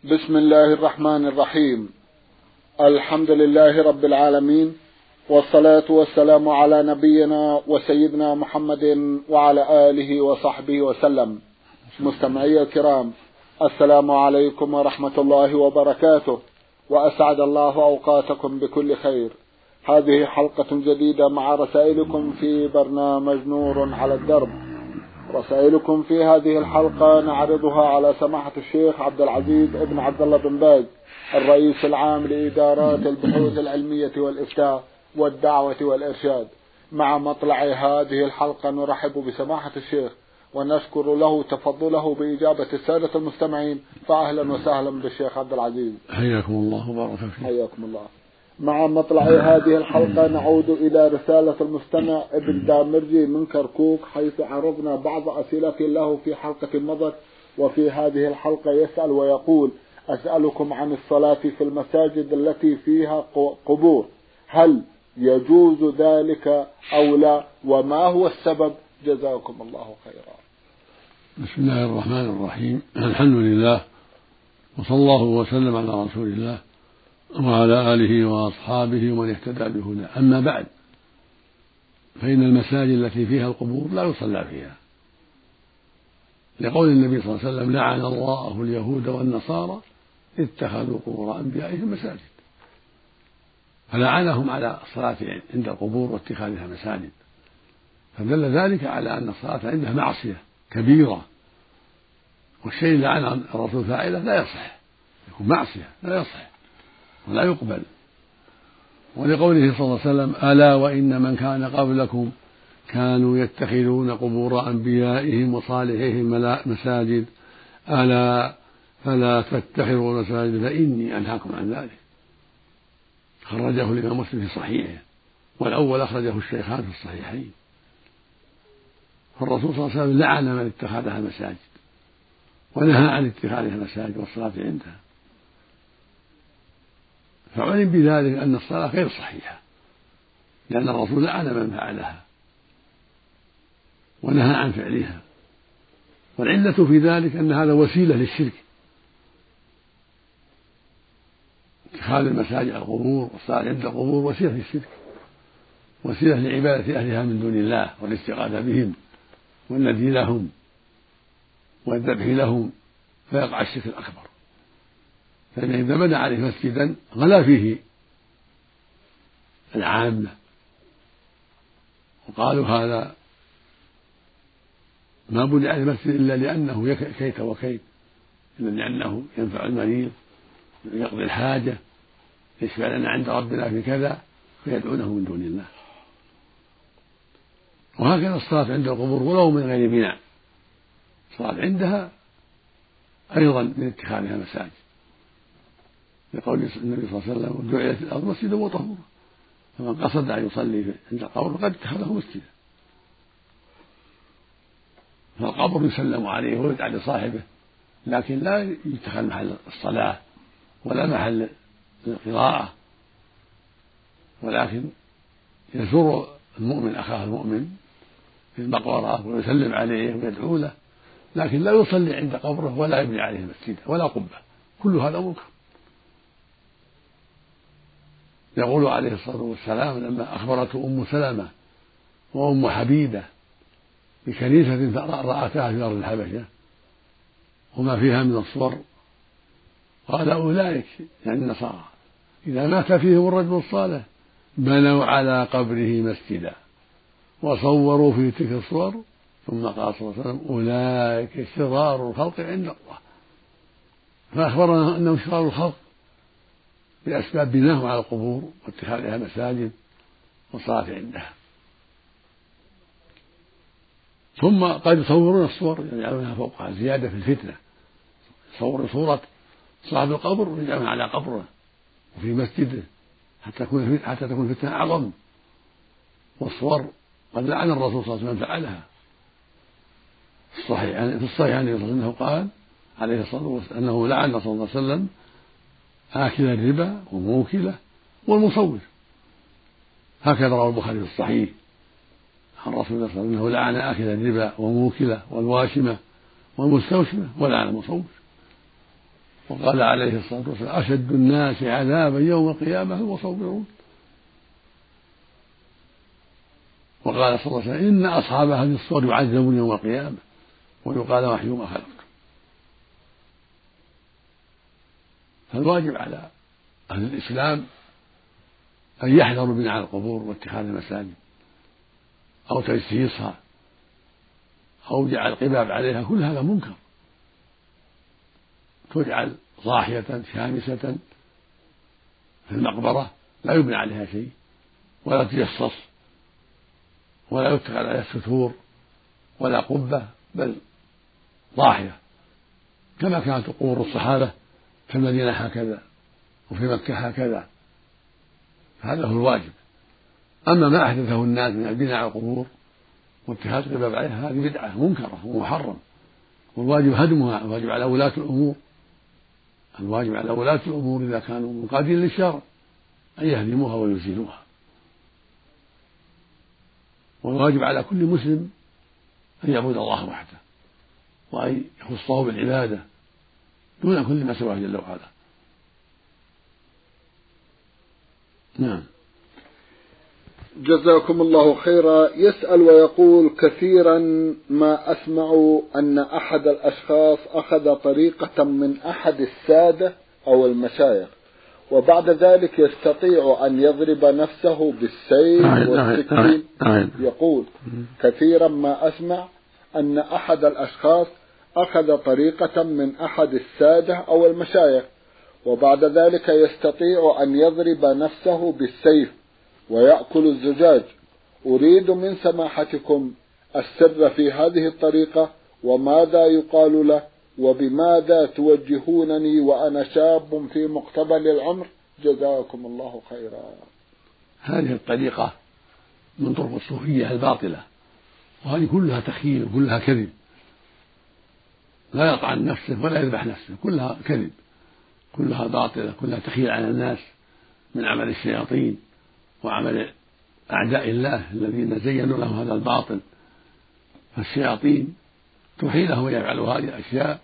بسم الله الرحمن الرحيم. الحمد لله رب العالمين، والصلاة والسلام على نبينا وسيدنا محمد وعلى آله وصحبه وسلم. مستمعي الكرام، السلام عليكم ورحمة الله وبركاته، وأسعد الله أوقاتكم بكل خير. هذه حلقة جديدة مع رسائلكم في برنامج نور على الدرب. رسائلكم في هذه الحلقة نعرضها على سماحة الشيخ عبد العزيز ابن عبد الله بن باز، الرئيس العام لإدارات البحوث العلمية والإفتاء والدعوة والإرشاد. مع مطلع هذه الحلقة نرحب بسماحة الشيخ ونشكر له تفضله بإجابة السادة المستمعين، فأهلا وسهلا بالشيخ عبد العزيز. حياكم الله وبارك فيكم. حياكم الله. مع مطلع هذه الحلقة نعود إلى رسالة المستمع ابن دامرجي من كركوك، حيث عرضنا بعض أسئلة له في حلقة مضت، وفي هذه الحلقة يسأل ويقول: أسألكم عن الصلاة في المساجد التي فيها قبور، هل يجوز ذلك أو لا، وما هو السبب؟ جزاكم الله خيرا. بسم الله الرحمن الرحيم. الحمد لله، وصلى الله وسلم على رسول الله وعلى آله وأصحابه ومن اهتدى بهداه. أما بعد، فإن المساجد التي فيها القبور لا يصلى فيها، لقول النبي صلى الله عليه وسلم: لعن الله اليهود والنصارى اتخذوا قبور أنبيائهم مساجد. فلعنهم على الصلاة عند القبور واتخاذها مساجد، فدل ذلك على أن الصلاة عندها معصية كبيرة، والشيء اللي لعن الرسول فاعله لا يصح، يكون معصية لا يصح ولا يقبل. ولقوله صلى الله عليه وسلم: ألا وإن من كان قبلكم كانوا يتخذون قبور أنبيائهم وصالحيهم مساجد، ألا فلا تتخذوا مساجد فإني أنهاكم عن ذلك. خرجه الإمام مسلم في صحيحه، والأول أخرجه الشيخان في الصحيحين. فالرسول صلى الله عليه وسلم لعن من اتخذها مساجد، ونهى عن اتخاذها مساجد والصلاة عندها، فعلم بذلك أن الصلاة غير صحيحة، لأن الرسول لعن من فعلها ونهى عن فعلها. والعلة في ذلك أن هذا وسيلة للشرك، اتخاذ المساجد القبور والصلاة عند القبور وسيلة للشرك، وسيلة لعبادة أهلها من دون الله والاستغاثة بهم والندي لهم والذبح لهم، فيقع الشرك الأكبر. فإن إذا بنى عليه مسجدا غلا فيه العامة، وقالوا هذا ما بني عليه مسجد إلا لأنه كيت وكيت، إلا لأنه ينفع المريض، يقضي الحاجة، يشفع لنا عند ربنا في كذا، فيدعونه من دون الله. وهكذا الصلاة عند القبور ولو من غير بناء، الصلاة عندها أيضا من اتخاذها مساجد، لقول النبي صلى الله عليه وسلم: جعلت الأرض مسجدا وطهورا، فمن قصد أن يصلي عند القبر فقد اتخذه مسجدا. فالقبر يسلم عليه ويدعى لصاحبه، لكن لا يتخذ محل الصلاة ولا محل القراءة، ولكن يزور المؤمن أخاه المؤمن في المقبرة ويسلم عليه ويدعو له، لكن لا يصلي عند قبره ولا يبني عليه مسجدا ولا قبة. كل هذا منكر. يقول عليه الصلاة والسلام لما أخبرته أم سلمة وأم حبيبة بكنيسة رأتها في أرض الحبشة وما فيها من الصور، قال: أولئك يعني النصارى إذا مات فيهم الرجل الصالح بنوا على قبره مسجدا وصوروا في تلك الصور، ثم قال صلى الله عليه وسلم: أولئك شرار الخلق عند الله. فأخبرنا أنهم شرار الخلق بأسباب بناهم على القبور واتخاذها مساجد والصلاة عندها. ثم قد يصورون الصور يجعلونها فوقها زيادة في الفتنة، يصور صورة صاحب القبر ويجعلونها على قبره وفي مسجده حتى تكون الفتنة أعظم. والصور قد لعن الرسول صلى الله عليه وسلم فعلها في الصحيح أنه قال عليه الصلاة والسلام أنه لعن صلى الله عليه وسلم آكل الربا وموكله والمصور. هكذا روى البخاري في الصحيح عن رسول الله صلى الله عليه وسلم أنه لعن آكل الربا وموكله والواشمة والمستوشمة ولعن المصور. وقال عليه الصلاة والسلام أشد الناس عذابا يوم القيامة المصورون. وقال صلى الله عليه وسلم إن أصحاب هذه الصور يعذبون يوم القيامة ويقال وحيوا ما خلقتم. فالواجب على أهل الإسلام أن يحذروا بناء القبور واتخاذ المساجد أو تجسيسها أو جعل قباب عليها، كل هذا منكر. تجعل ضاحية شامسة في المقبرة لا يبنى عليها شيء ولا تجصص ولا يتخذ عليها ستور ولا قبة، بل ضاحية كما كانت قبور الصحابة في المدينة هكذا وفي مكة هكذا. هذا هو الواجب. أما ما أحدثه الناس من البناء على القبور واتخاذ قباب عليها هذه بدعة منكرة ومحرم، والواجب هدمها. الواجب على ولاة الأمور، الواجب على ولاة الأمور إذا كانوا منقادين للشرع أن يهدموها ويزيلوها. والواجب على كل مسلم أن يعبد الله وحده وأن يخصه بالعبادة دون كل ما سواه جل وعلا. نعم. جزاكم الله خيرا. يسأل ويقول: كثيرا ما أسمع أن أحد الأشخاص أخذ طريقة من أحد السادة أو المشايخ وبعد ذلك يستطيع أن يضرب نفسه بالسيف والسكين. يقول: كثيرا ما أسمع أن أحد الأشخاص أخذ طريقة من أحد السادة أو المشايخ وبعد ذلك يستطيع أن يضرب نفسه بالسيف ويأكل الزجاج. أريد من سماحتكم السر في هذه الطريقة وماذا يقال له وبماذا توجهونني وأنا شاب في مقتبل العمر، جزاكم الله خيرا. هذه الطريقة من طرق الصوفية الباطلة، وهذه كلها تخيل وكلها كذب، لا يطعن نفسه ولا يذبح نفسه، كلها كذب، كلها باطلة، كلها تخيل على الناس من عمل الشياطين وعمل أعداء الله الذين زينوا لهم هذا الباطل. فالشياطين توحي لهم ويفعلوا هذه الأشياء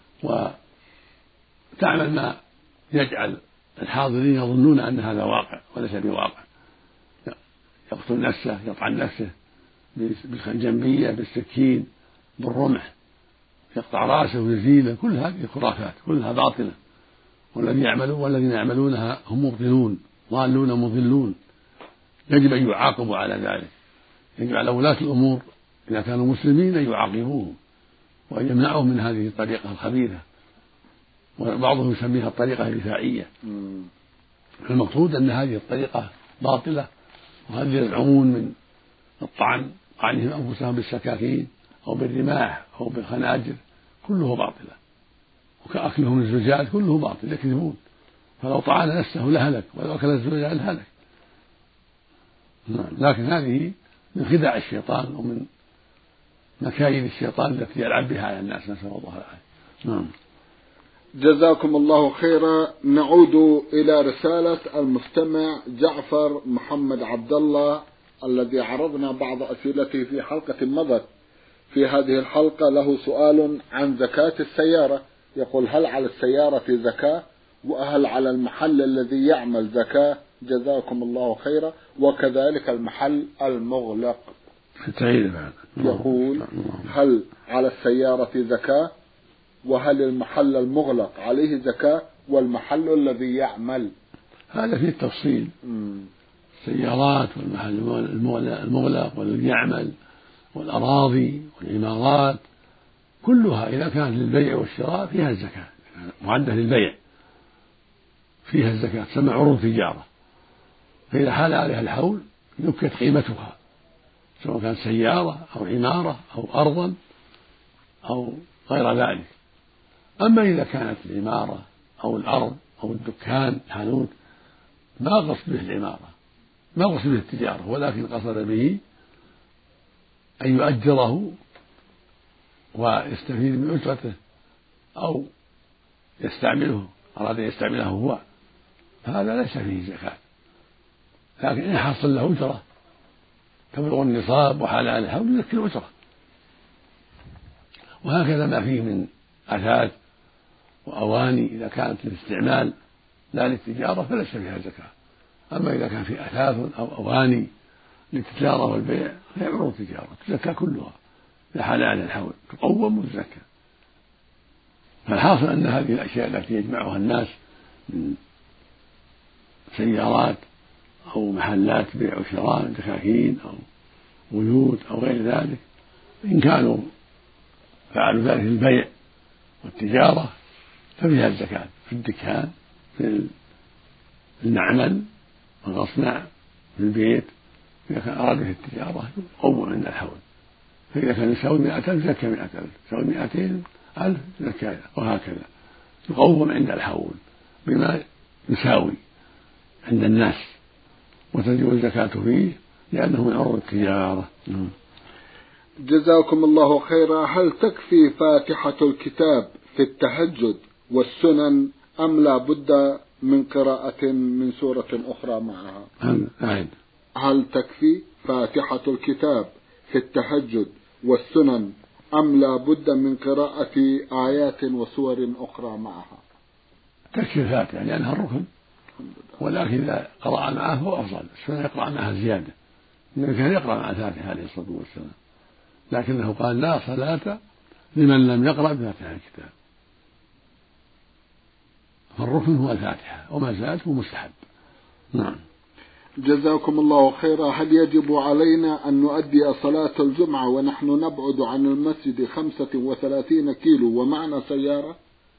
وتعمل ما يجعل الحاضرين يظنون أن هذا واقع وليس بواقع. يقتل نفسه، يطعن نفسه بالخنجمية، بالسكين، بالرمح، يقطع رأسه ويزيله، كل هذه خرافات كلها باطلة. والذين يعملونها هم مبطلون ضالون مضلون، يجب أن يعاقبوا على ذلك. يجب على ولاة الأمور إذا كانوا مسلمين أن يعاقبوهم وأن يمنعهم من هذه الطريقة الخبيثة، وبعضهم يسميها الطريقة الرفاعية. المقصود أن هذه الطريقة باطلة، وهذه يزعمون من الطعن، طعنهم أنفسهم بالسكاكين أو بالرماح أو بالخناجر، كله باطلة، وكأكلهم الزجاج كله باطل، يكذبون. فلو طعن نفسه لهلك ولو أكل الزجاج لهلك. لكن هذه من خداع الشيطان ومن مكايد الشيطان التي يلعب بها على الناس، نسأل الله العافية. جزاكم الله خيرا. نعود إلى رسالة المستمع جعفر محمد عبد الله الذي عرضنا بعض أسئلته في حلقة مضت. في هذه الحلقة له سؤال عن زكاة السيارة، يقول: هل على السيارة زكاة؟ وهل على المحل الذي يعمل زكاة؟ جزاكم الله خيرا. وكذلك المحل المغلق. يقول: هل على السيارة زكاة؟ وهل المحل المغلق عليه زكاة؟ والمحل الذي يعمل؟ هذا فيه التفصيل. السيارات والمحل المغلق والذي يعمل والأراضي والعمارات كلها إذا كانت للبيع والشراء فيها الزكاة، معدة للبيع فيها الزكاة، تسمى عروض تجارة. فإذا حال عليها الحول نكت قيمتها، سواء كانت سيارة أو عمارة أو أرضا أو غير ذلك. أما إذا كانت العمارة أو الأرض أو الدكان الحانوت ما قصد به العمارة، ما قصد به التجارة، ولكن قصد به أن يؤجره ويستفيد من أجرته أو يستعمله، أراد أن يستعمله هو، فهذا ليس فيه زكاة. لكن إن حصل له أجرة تبلغ النصاب وحال على الحول يزكي الأجرة. وهكذا ما فيه من أثاث وأواني إذا كانت للاستعمال لا للتجارة فليس فيها زكاة. أما إذا كان في أثاث أو أواني للتجارة والبيع فهي عروض تجارة تزكى كلها إذا حال على الحول تقوم وتزكى. فالحاصل أن هذه الأشياء التي يجمعها الناس من سيارات أو محلات بيع وشراء دكاكين أو بيوت أو غير ذلك إن كانوا فعلوا ذلك البيع والتجارة ففيها الزكاة في الدكان في المعمل والمصنع في البيت. إذا كان أراد به التجارة يقوم عند الحول، فإذا كان يساوي 100,000 زكى 100,000، يساوي 200,000 زكى، وهكذا يقوم عند الحول بما يساوي عند الناس وتجب الزكاة فيه لأنه من عروض التجارة. جزاكم الله خيرا. هل تكفي فاتحة الكتاب في التهجد والسنن أم لا بد من قراءة من سورة أخرى معها؟ هل تكفي فاتحة الكتاب في التهجد والسنن أم لا بد من قراءة آيات وسور أخرى معها؟ تكفي الفاتحة لأنها الركن، ولكن إذا قرأ معه هو أفضل. السنة يقرأ معها زيادة، إنه كان يقرأ مع الفاتحة عليه الصلاة والسلام، لكنه قال لا صلاة لمن لم يقرأ بفاتحة الكتاب، فالركن هو الفاتحة وما زاد هو مستحب. نعم. جزاكم الله خيرا. هل يجب علينا أن نؤدي صلاة الجمعة ونحن نبعد عن المسجد 35 كيلو ومعنا سيارة؟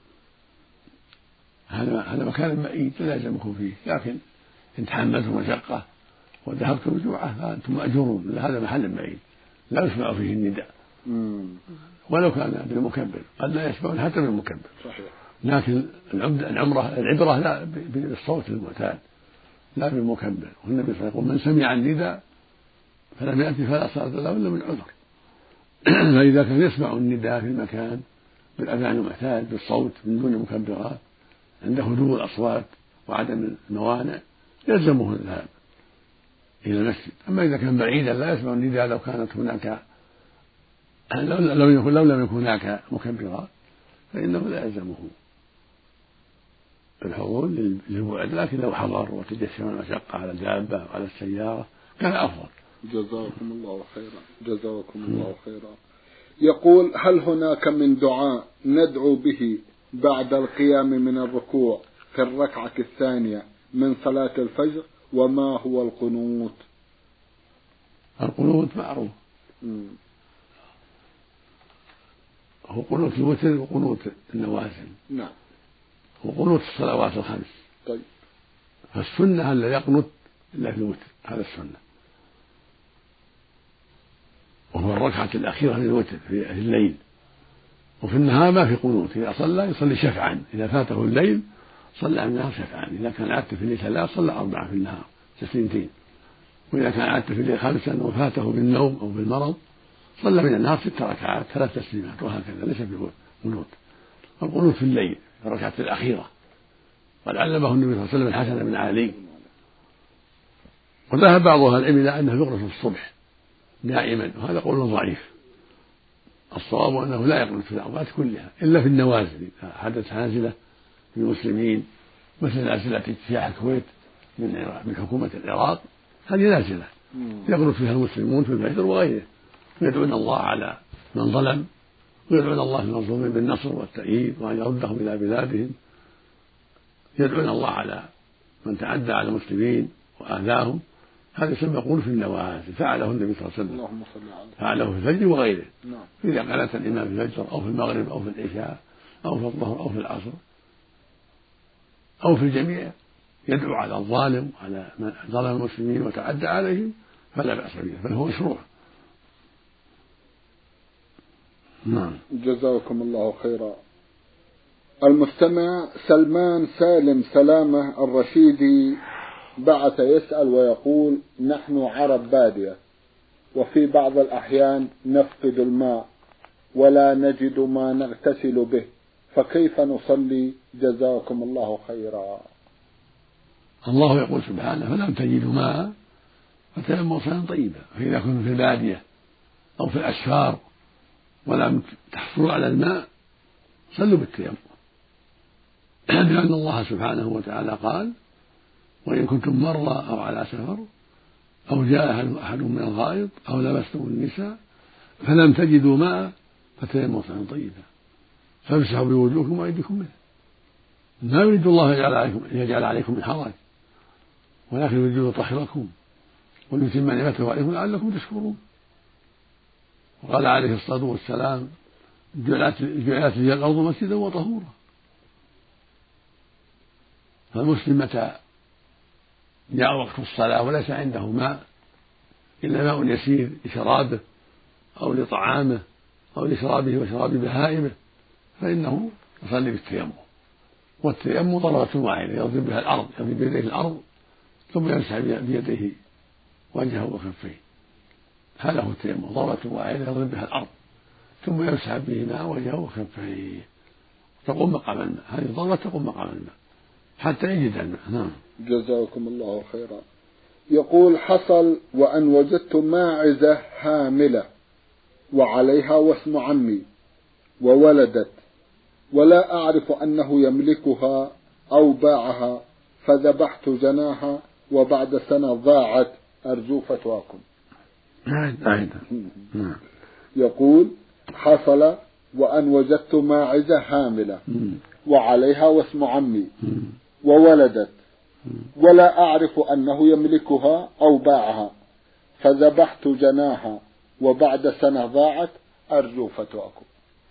هذا مكان بعيد لا يلزمكم فيه، لكن إن تحملتم مشقة وذهبتم الجمعة فأنتم مأجورون، هذا محل بعيد لا يسمع فيه النداء ولو كان بالمكبر، قد لا يسمعون حتى بالمكبر. صحيح. لكن العبرة لا بالصوت المعتاد لا بالمكبر. والنبي صلى الله عليه وسلم من سمع النداء فلم يأتي فلا صلاة له إلا من عذر. فإذا كان يسمع النداء في المكان بالأذان المعتاد بالصوت من دون مكبرات عند هدوء الأصوات وعدم الموانع يلزمه الذهاب إلى المسجد. أما إذا كان بعيدا لا يسمع النداء لو كانت هناك لو لم يكن هناك مكبرات فإنه لا يلزمه الحضور للبعد، لكن لو حضر وتجسم المشقة على الدابة وعلى السيارة كان أفضل. جزاكم الله خيرا. جزاكم الله خيرا. يقول هل هناك من دعاء ندعو به بعد القيام من الركوع في الركعة الثانية من صلاة الفجر، وما هو القنوت؟ القنوت معروف، هو قنوت الوتر وقنوت النوازل. نعم. وقنوت الصلوات الخمس. طيب. فالسنة ألا يقنت إلا في الوتر، هذا السنة، وهو الركعة الأخيرة للوتر في الليل. وفي النهار ما في قنوت، إذا صلى يصلي شفعا، إذا فاته الليل صلى من النهار شفعا، إذا كان عادة في الليل 3 صلى 4 في النهار تسليمتين، وإذا كان عادة في الليل 5 وفاته بالنوم أو بالمرض صلى من النهار 6 ركعات 3 تسليمات، وهكذا ليس في قنوت. القنوت في الليل في الركعة الأخيرة، قد علمه النبي صلى الله عليه وسلم الحسن بن علي. وذهب بعض أهل العلم إلى أنه يقنط في الصبح دائما، وهذا قول ضعيف. الصواب أنه لا يقنط في الأوقات كلها إلا في النوازل، إذا حدث نازلة للمسلمين مثل نازلة اجتياح الكويت من حكومة العراق، هذه نازلة يقنط فيها المسلمون في الفجر وغيره، يدعون الله على من ظلم، ويدعون الله للمظلومين بالنصر والتأييد وأن يردهم إلى بلادهم، يدعون الله على من تعدى على المسلمين وآذاهم. هذا يسمى يقول في النوازل، فعله النبي صلى الله عليه وسلم، فعله في الفجر وغيره. إذا قنت الإمام في الفجر أو في المغرب أو في العشاء أو في الظهر أو في العصر أو في الجميع يدعو على الظالم وعلى من ظلم المسلمين وتعدى عليهم فلا بأس به، بل هو مشروع. نعم. جزاكم الله خيرا. المستمع سلمان سالم سلامة الرشيدي بعث يسأل ويقول نحن عرب بادية وفي بعض الأحيان نفقد الماء ولا نجد ما نغتسل به، فكيف نصلي؟ جزاكم الله خيرا. الله يقول سبحانه فلم تجدوا ماء فتيمموا صعيدا طيبا. فإذا كنتم في البادية أو في الأسفار ولم تحصلوا على الماء صلوا بالتيمم، لأن الله سبحانه وتعالى قال: وإن كنتم مرضى أو على سفر أو جاء أحد من الغائط أو لمستم النساء فلم تجدوا ماء فتيمموا صعيدا طيبا فامسحوا بوجوهكم وأيديكم منه. ما يريد الله يجعل عليكم من حرج، ولكن يريد يطهركم ويتم نعمته عليكم لعلكم تشكرون. وقال عليه الصلاة والسلام: جعلت لي الأرض مسجدا وطهورا. فالمسلم متى جاء وقت الصلاة وليس عنده ماء إلا ماء يسير لشرابه أو لطعامه أو لشرابه وشراب بهائمه فإنه يصلي بالتيمم. والتيمم ضربة واحدة يضرب بها الأرض، يضرب بيديه الأرض ثم يمسح بيديه وجهه وكفيه. هذا هو التيمم، ضربة واحدة يضرب بها الأرض ثم يمسح بهما وجهه وكفيه تقوم مقام الماء. هذه الضربة تقوم مقام الماء حتى يجد الماء. نعم. جزاكم الله خيرا. يقول: حصل وأن وجدت ماعزة حاملة وعليها واسم عمي وولدت ولا أعرف أنه يملكها أو باعها فذبحت جناها وبعد سنة ضاعت، أرجو فتواكم. يقول: حصل وأن وجدت ماعزة حاملة وعليها واسم عمي وولدت ولا أعرف أنه يملكها أو باعها فذبحت جناها وبعد سنة ضاعت، أرجو فتواكم.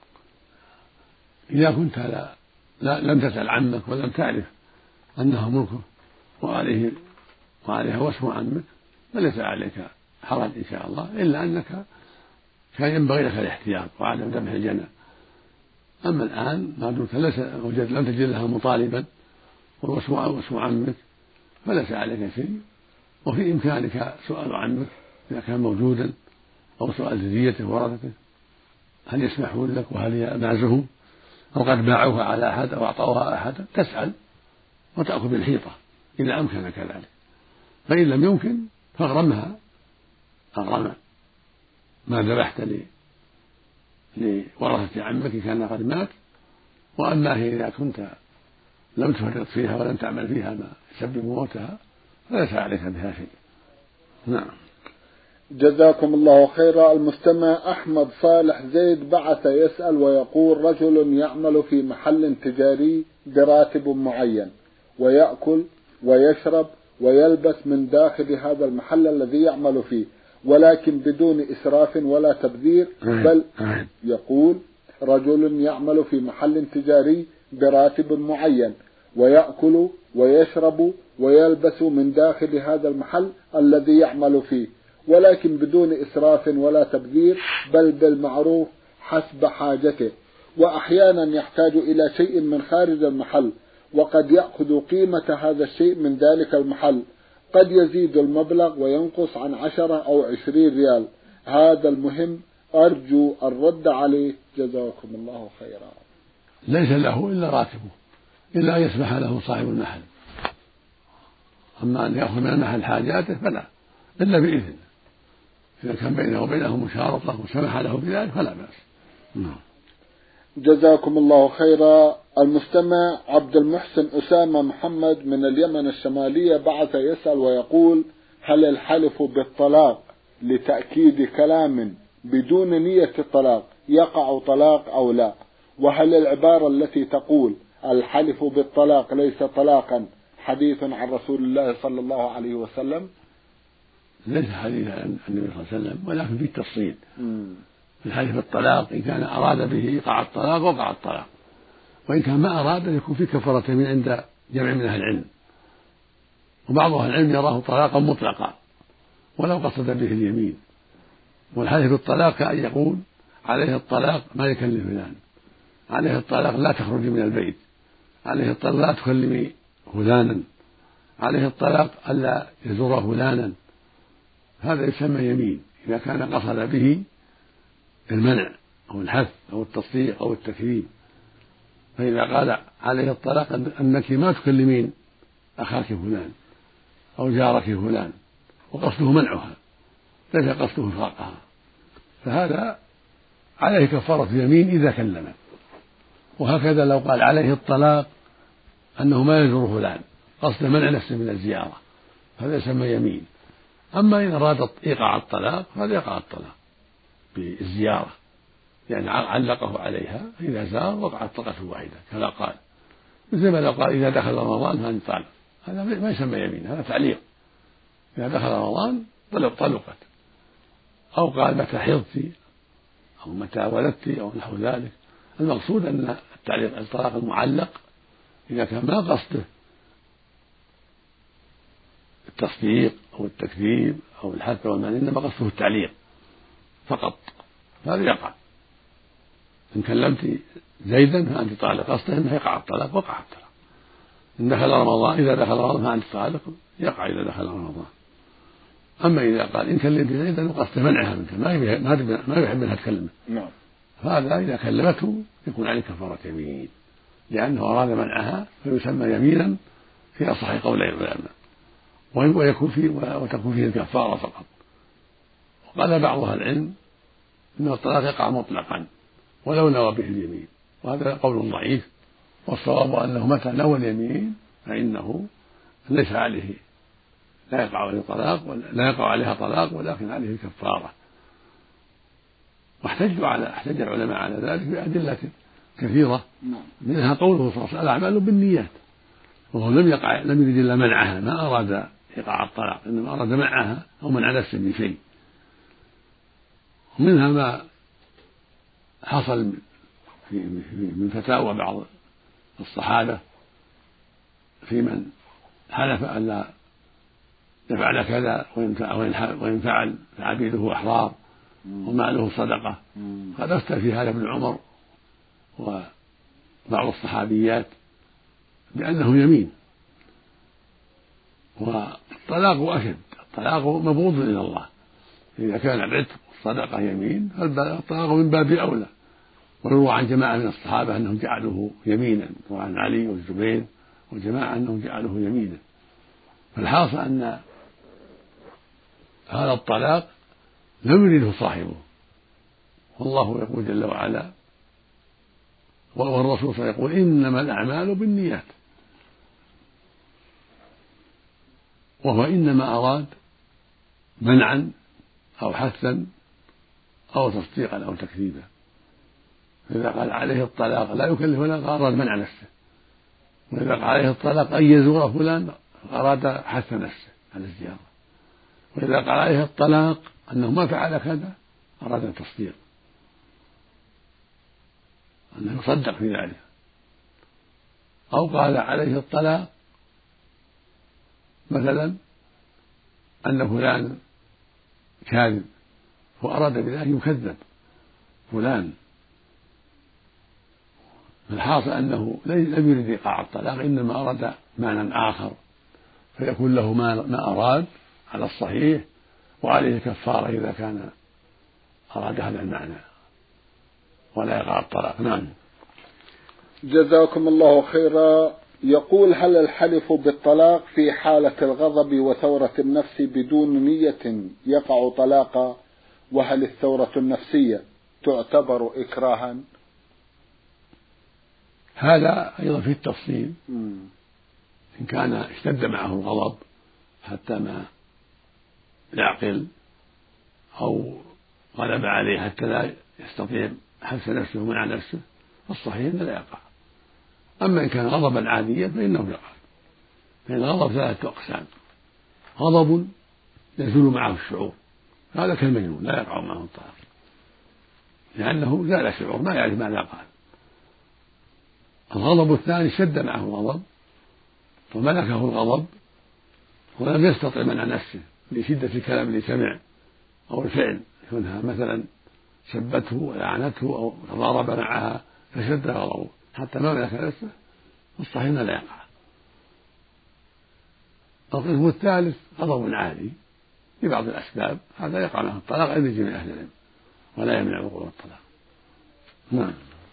إذا كنت لم تسأل عمك ولم تعرف أنها ملكه وعليها واسم عمك فليس عليك حرج إن شاء الله، إلا أنك كان ينبغي لك الاحتياط وعدم ذبح الجنى. أما الآن ما دمت لم تجد لها مطالبا واسم عمك فليس عليك شيء، وفي إمكانك سؤال عمك إذا كان موجودا أو سؤال ذريته ورثته هل يسمحون لك وهل معزهم أو قد باعوها على أحد أو أعطوها أحدا، تسأل وتأخذ بالحيطة إذا أمكن كذلك. فإن لم يمكن فاغرمها أغرم ما ذبحت لورثة عمك كان قد مات. وأما هي إذا كنت لم تفرط فيها ولم تعمل فيها ما يسبب موتها فليس عليك بها شيء. نعم. جزاكم الله خيرا. المستمع أحمد صالح زيد بعث يسأل ويقول: رجل يعمل في محل تجاري براتب معين ويأكل ويشرب ويلبس من داخل هذا المحل الذي يعمل فيه ولكن بدون إسراف ولا تبذير، بل يقول: رجل يعمل في محل تجاري براتب معين ويأكل ويشرب ويلبس من داخل هذا المحل الذي يعمل فيه ولكن بدون إسراف ولا تبذير بل بالمعروف حسب حاجته، وأحيانا يحتاج إلى شيء من خارج المحل وقد يأخذ قيمة هذا الشيء من ذلك المحل، قد يزيد المبلغ وينقص عن 10 أو 20 ريال. هذا المهم، أرجو الرد عليه، جزاكم الله خيرا. ليس له إلا راتبه إلا أن يسمح له صاحب المحل، أما أن يأخذ من المحل حاجاته فلا، إلا بإذن. إذا كان بينه وبينه مشارطة وسمح له بذلك فلا بأس. جزاكم الله خيرا. المستمع عبد المحسن أسامة محمد من اليمن الشمالية بعث يسأل ويقول: هل الحلف بالطلاق لتأكيد كلام بدون نية الطلاق يقع طلاق أو لا؟ وهل العبارة التي تقول الحلف بالطلاق ليس طلاقا حديث عن رسول الله صلى الله عليه وسلم؟ ليس حديث عن النبي صلى الله عليه وسلم، ولكن في التفصيل. الحلف بالطلاق إن كان أراد به إيقاع الطلاق وقع الطلاق، وإن كان ما أراد يكون في كفارة يمين عند جمع من أهل العلم، وبعض أهل العلم يراه طلاقا مطلقا ولو قصد به اليمين. والحلف بالطلاق كأن يقول: عليه الطلاق ما يكلم فلان، عليه الطلاق لا تخرج من البيت، عليه الطلاق لا تكلمي فلانا، عليه الطلاق ألا يزور فلانا. هذا يسمى يمين إذا كان قصد به المنع أو الحث أو التصديق أو التكريم. فإذا قال عليه الطلاق أنك ما تكلمين أخاك فلان أو جارك فلان وقصده منعها ليس قصده فراقها، فهذا عليه كفارة يمين إذا كلم. وهكذا لو قال عليه الطلاق أنه ما يزور فلان قصد منع نفسه من الزيارة، هذا يسمى يمين. أما إن أراد إيقاع الطلاق فهذا يقع الطلاق بالزيارة، يعني علقه عليها، إذا زار وقعت طلقة واحدة كما قال، مثل ما لو قال إذا دخل رمضان فأنت طالق، هذا ما يسمى يمين، هذا تعليق. إذا دخل رمضان طلقت، أو قال متى حضت أو متى ولدت أو نحو ذلك. المقصود أن الطلاق المعلق إذا كان ما قصده التصديق أو التكذيب أو الحث والمنع، إنما قصده التعليق فقط، هذا يقع. إن كلمت زيدا فأنت طالق، قصده أنه يقع الطلاق، وقع الطلاق. إن دخل رمضان، إذا دخل رمضان فأنت طالق، يقع إذا دخل رمضان. أما إذا قال إن كلمت زيدا وقصده منعها منك، ما يحب منها تكلمه، فهذا إذا كلمته يكون عليه كفارة يمين، لأنه أراد منعها، فيسمى يمينا في أصح قولي العلماء، وتكون فيه الكفارة فقط. وقال بعض أهل العلم إن الطلاق يقع مطلقا ولو نوى به اليمين، وهذا قول ضعيف، والصواب أنه متى نوى اليمين فإنه ليس عليه، لا يقع عليها طلاق، ولكن عليه كفارة. واحتج العلماء على ذلك بأدلة كثيرة، منها قوله صلى الله عليه وسلم الأعمال بالنيات، وهو لم يريد إلا منعها، ما أراد إيقاع الطلاق، إنما أراد منعها أو منع نفسه من شيء. ومنها ما حصل من فتاوى بعض الصحابة في من حلف أن لا يفعل كذا، وإن فعل فعبيده أحرار وماله صدقة. قد أفتى في هذا ابن عمر وبعض الصحابيات بأنه يمين. والطلاق أشد، الطلاق مبغوض إلى الله، إذا كان العتق والصدقة يمين فالطلاق من باب أولى. ويروى عن جماعة من الصحابة أنهم جعلوه يمينا، وعن علي والزبير وجماعة أنهم جعلوه يمينا. فالحاصل أن هذا الطلاق لم يريده صاحبه، والله يقول جل وعلا، والرسول صلى الله عليه وسلم يقول إنما الأعمال بالنيات، وهو إنما أراد منعا أو حثا أو تصديقا أو تكذيبا. فإذا قال عليه الطلاق لا يكلف ولا أراد منع نفسه، وإذا قال عليه الطلاق أن يزور فلان أراد حث نفسه على الزيارة، وإذا قال عليه الطلاق أنه ما فعل كذا أراد التصديق، أنه يصدق في ذلك. أو قال عليه الطلاق مثلا أن فلان كاذب، وأراد بذلك يكذب فلان. فالحاصل أنه لم يرد إيقاع الطلاق، إنما أراد معنى آخر، فيكون له ما أراد على الصحيح، وعليه كفارة إذا كان أراد هذا المعنى، ولا يقع الطلاق. نعم. جزاكم الله خيرا. يقول: هل الحلف بالطلاق في حالة الغضب وثورة النفس بدون نية يقع طلاقا؟ وهل الثورة النفسية تعتبر إكراها؟ هذا أيضا في التفصيل. إن كان اشتد معه الغضب حتى ما يعقل، أو غلب عليه حتى لا يستطيع حبس نفسه ومنع نفسه، فالصحيح أنه لا يقع. أما إن كان غضبا عاديا فإنه يقع. فإن الغضب 3 أقسام: غضب يزول معه الشعور، هذا كالمجنون لا يقع معه الطلاق، لأنه زال الشعور، ما يعرف ماذا قال. الغضب الثاني شد معه الغضب وملكه الغضب ولم يستطع منع نفسه لشدة الكلام اللي سمع أو الفعل، كونها مثلا سبته ولعنته أو تضارب معها فشد غضبه حتى ما ملك نفسه، والصحيح لا يقع. القسم الثالث غضب عادي لبعض الأسباب، هذا يقع له الطلاق عند جميع أهل العلم ولا يمنع وقوع الطلاق. نعم.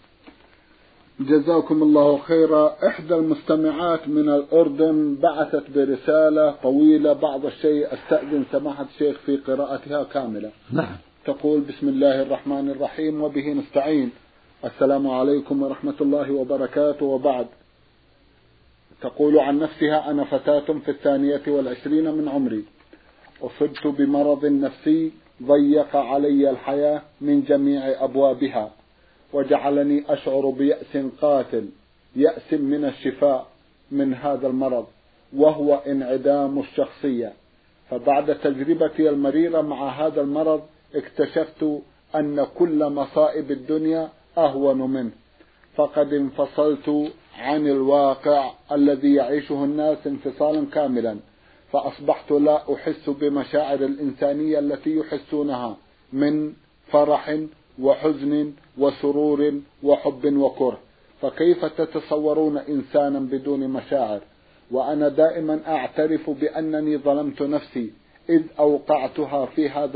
جزاكم الله خيرا. إحدى المستمعات من الأردن بعثت برسالة طويلة بعض الشيء أستأذن سماحة الشيخ في قراءتها كاملة. نعم. تقول: بسم الله الرحمن الرحيم وبه نستعين. السلام عليكم ورحمة الله وبركاته، وبعد. تقول عن نفسها: أنا فتاة في 22 من عمري، أصبت بمرض نفسي ضيق علي الحياة من جميع أبوابها، وجعلني أشعر بيأس قاتل، يأس من الشفاء من هذا المرض، وهو انعدام الشخصية. فبعد تجربتي المريرة مع هذا المرض اكتشفت أن كل مصائب الدنيا أهون منه، فقد انفصلت عن الواقع الذي يعيشه الناس انفصالا كاملا، فأصبحت لا أحس بمشاعر الإنسانية التي يحسونها من فرح وحزن وسرور وحب وكره. فكيف تتصورون إنسانا بدون مشاعر؟ وأنا دائما أعترف بأنني ظلمت نفسي إذ أوقعتها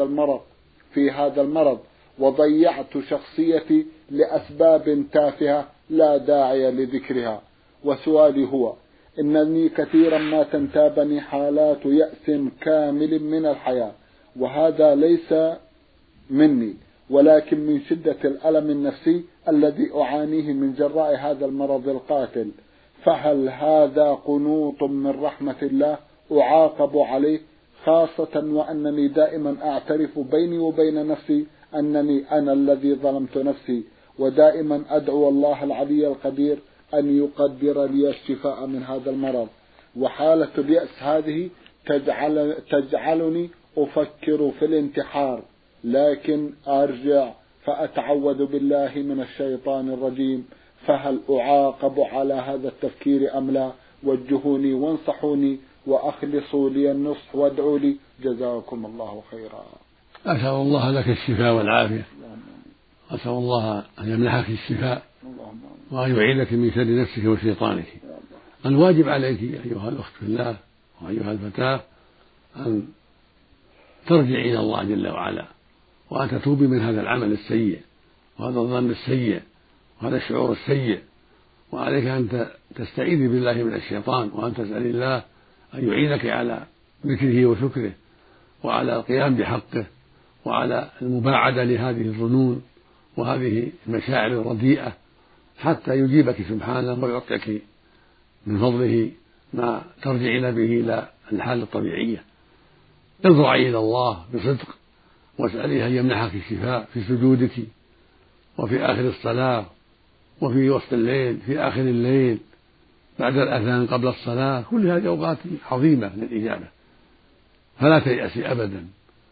في هذا المرض وضيعت شخصيتي لأسباب تافهة لا داعي لذكرها. وسؤالي هو: إنني كثيرا ما تنتابني حالات يأس كامل من الحياة، وهذا ليس مني ولكن من شدة الألم النفسي الذي أعانيه من جراء هذا المرض القاتل. فهل هذا قنوط من رحمة الله أعاقب عليه، خاصة وأنني دائما أعترف بيني وبين نفسي أنني أنا الذي ظلمت نفسي، ودائما أدعو الله العلي القدير أن يقدر لي الشفاء من هذا المرض. وحالة اليأس هذه تجعلني أفكر في الانتحار، لكن أرجع فأتعوذ بالله من الشيطان الرجيم. فهل أعاقب على هذا التفكير أم لا؟ وجهوني وانصحوني وأخلصوا لي النصح وادعوا لي، جزاكم الله خيرا. أسأل الله لك الشفاء والعافية، أسأل الله أن يمنحك الشفاء وأن يعيذك من شر نفسك وشيطانك. الواجب عليك أيها الأخت في الله وأيها الفتاة أن ترجع إلى الله جل وعلا، وأن تتوبي من هذا العمل السيء وهذا الظن السيء وهذا الشعور السيء. وعليك أن تستعيذي بالله من الشيطان، وأن تسأل الله أن يعينك على ذكره وشكره وعلى القيام بحقه وعلى المباعدة لهذه الظنون وهذه المشاعر الرديئة، حتى يجيبك سبحانه ويعطيك من فضله ما ترجعين به إلى الحال الطبيعية. ارجعي إلى الله بصدق واسأليه أن يمنحك الشفاء في سجودك وفي آخر الصلاة وفي وسط الليل، في آخر الليل، بعد الأذان، قبل الصلاة. كل هذه أوقات عظيمة للإجابة، فلا تيأسي أبدا.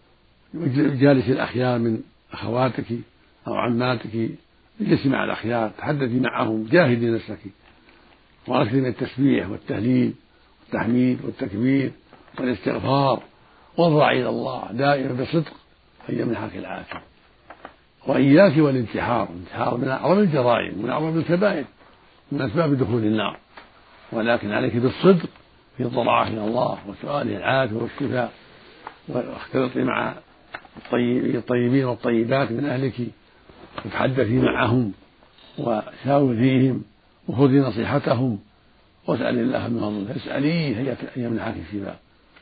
جالس الأخيار من أخواتك أو عماتك، اجلسي مع الأخيار، تحدثي معهم، جاهدي نفسك، وأكثري من التسبيح والتهليل والتحميد والتكبير والاستغفار، واضرعي إلى الله دائما بصدق أن يمنحك العافية. وإياك والانتحار، الانتحار من أعظم الجرائم ومن أعظم الكبائر من أسباب دخول النار، ولكن عليك بالصدق في الضراعة إلى الله وسؤاله العافية والشفاء، واختلطي مع الطيبين والطيبات من أهلك، وتحدثي معهم وشاوريهم وخذي نصيحتهم، واسألي الله من فضله، اسأليه أن يمنحك الشفاء.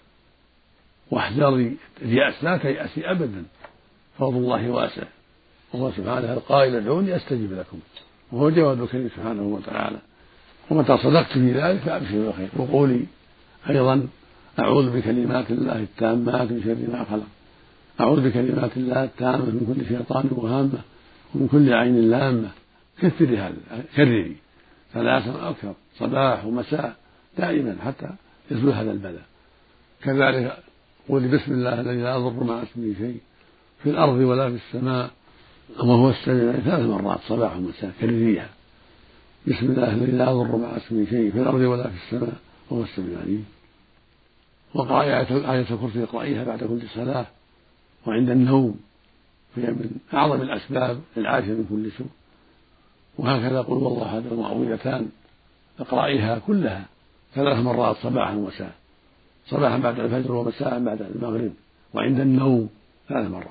واحذري اليأس، لا تيأسي أبدا، فضل الله واسع، والله سبحانه القائل: ادعوني أستجب لكم، وهو جواب الكريم سبحانه وتعالى. ومتى صدقت في ذلك فأبشروا بالخير. وقولي أيضا: أعوذ بكلمات الله التامات من شر ما خلق، أعوذ بكلمات الله التامة من كل شيطان وهامة ومن كل عين لامة. كثري هذا، كرري 3 أو أكثر، صباح ومساء دائما، حتى يزول هذا البلاء. كذلك قولي: بسم الله الذي لا يضر مع اسمه شيء في الأرض ولا في السماء وهو السميع 3 مرات صباح ومساء، كرريها: بسم الله الذي لا يضر مع اسمه شيء في الأرض ولا في السماء وهو السميع العليم. وقرأي آية الكرسي، اقرأيها بعد كل صلاة وعند النوم، فهي من أعظم الأسباب للعافية من كل سوء. وهكذا قل والله أحد المعوذتان، اقرأيها كلها 3 مرات صباحا ومساء، صباحا بعد الفجر ومساء بعد المغرب وعند النوم 3 مرات،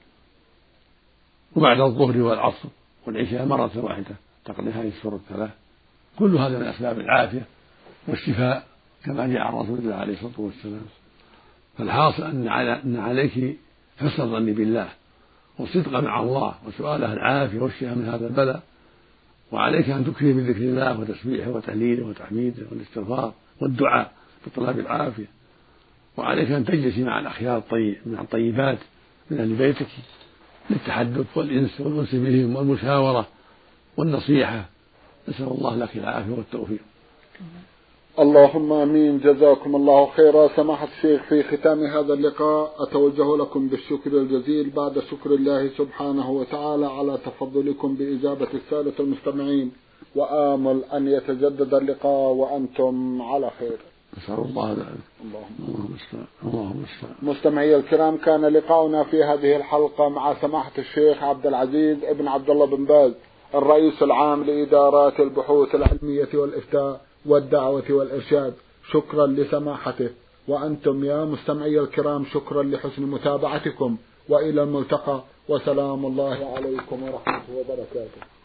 وبعد الظهر والعصر والعشاء مرة واحدة تقضي هذه السور 3. كل هذا من أسباب العافية والشفاء كما جاء عن رسول الله عليه الصلاة والسلام. فالحاصل أن عليك حسن الظن بالله والصدق مع الله وسؤاله العافية والشفاء من هذا البلاء، وعليك أن تكثر من ذكر الله وتسبيحه وتهليله وتحميده والاستغفار والدعاء بطلب العافية. وعليك أن تجلس مع الأخيار الطيب من الطيبات من أهل بيتك للتحدث والأنس بهم والمشاورة والنصيحة. نسأل الله لك العافية والتوفيق. اللهم امين. جزاكم الله خيرا. سماحة الشيخ، في ختام هذا اللقاء اتوجه لكم بالشكر الجزيل بعد شكر الله سبحانه وتعالى على تفضلكم باجابة السادة المستمعين، وآمل ان يتجدد اللقاء وانتم على خير. نسأل الله ذلك. اللهم مستمعي الكرام، كان لقاؤنا في هذه الحلقة مع سماحة الشيخ عبد العزيز ابن عبد الله بن باز، الرئيس العام لإدارات البحوث العلمية والإفتاء والدعوة والإرشاد. شكرا لسماحته، وأنتم يا مستمعي الكرام شكرا لحسن متابعتكم، وإلى الملتقى، وسلام الله عليكم ورحمته وبركاته.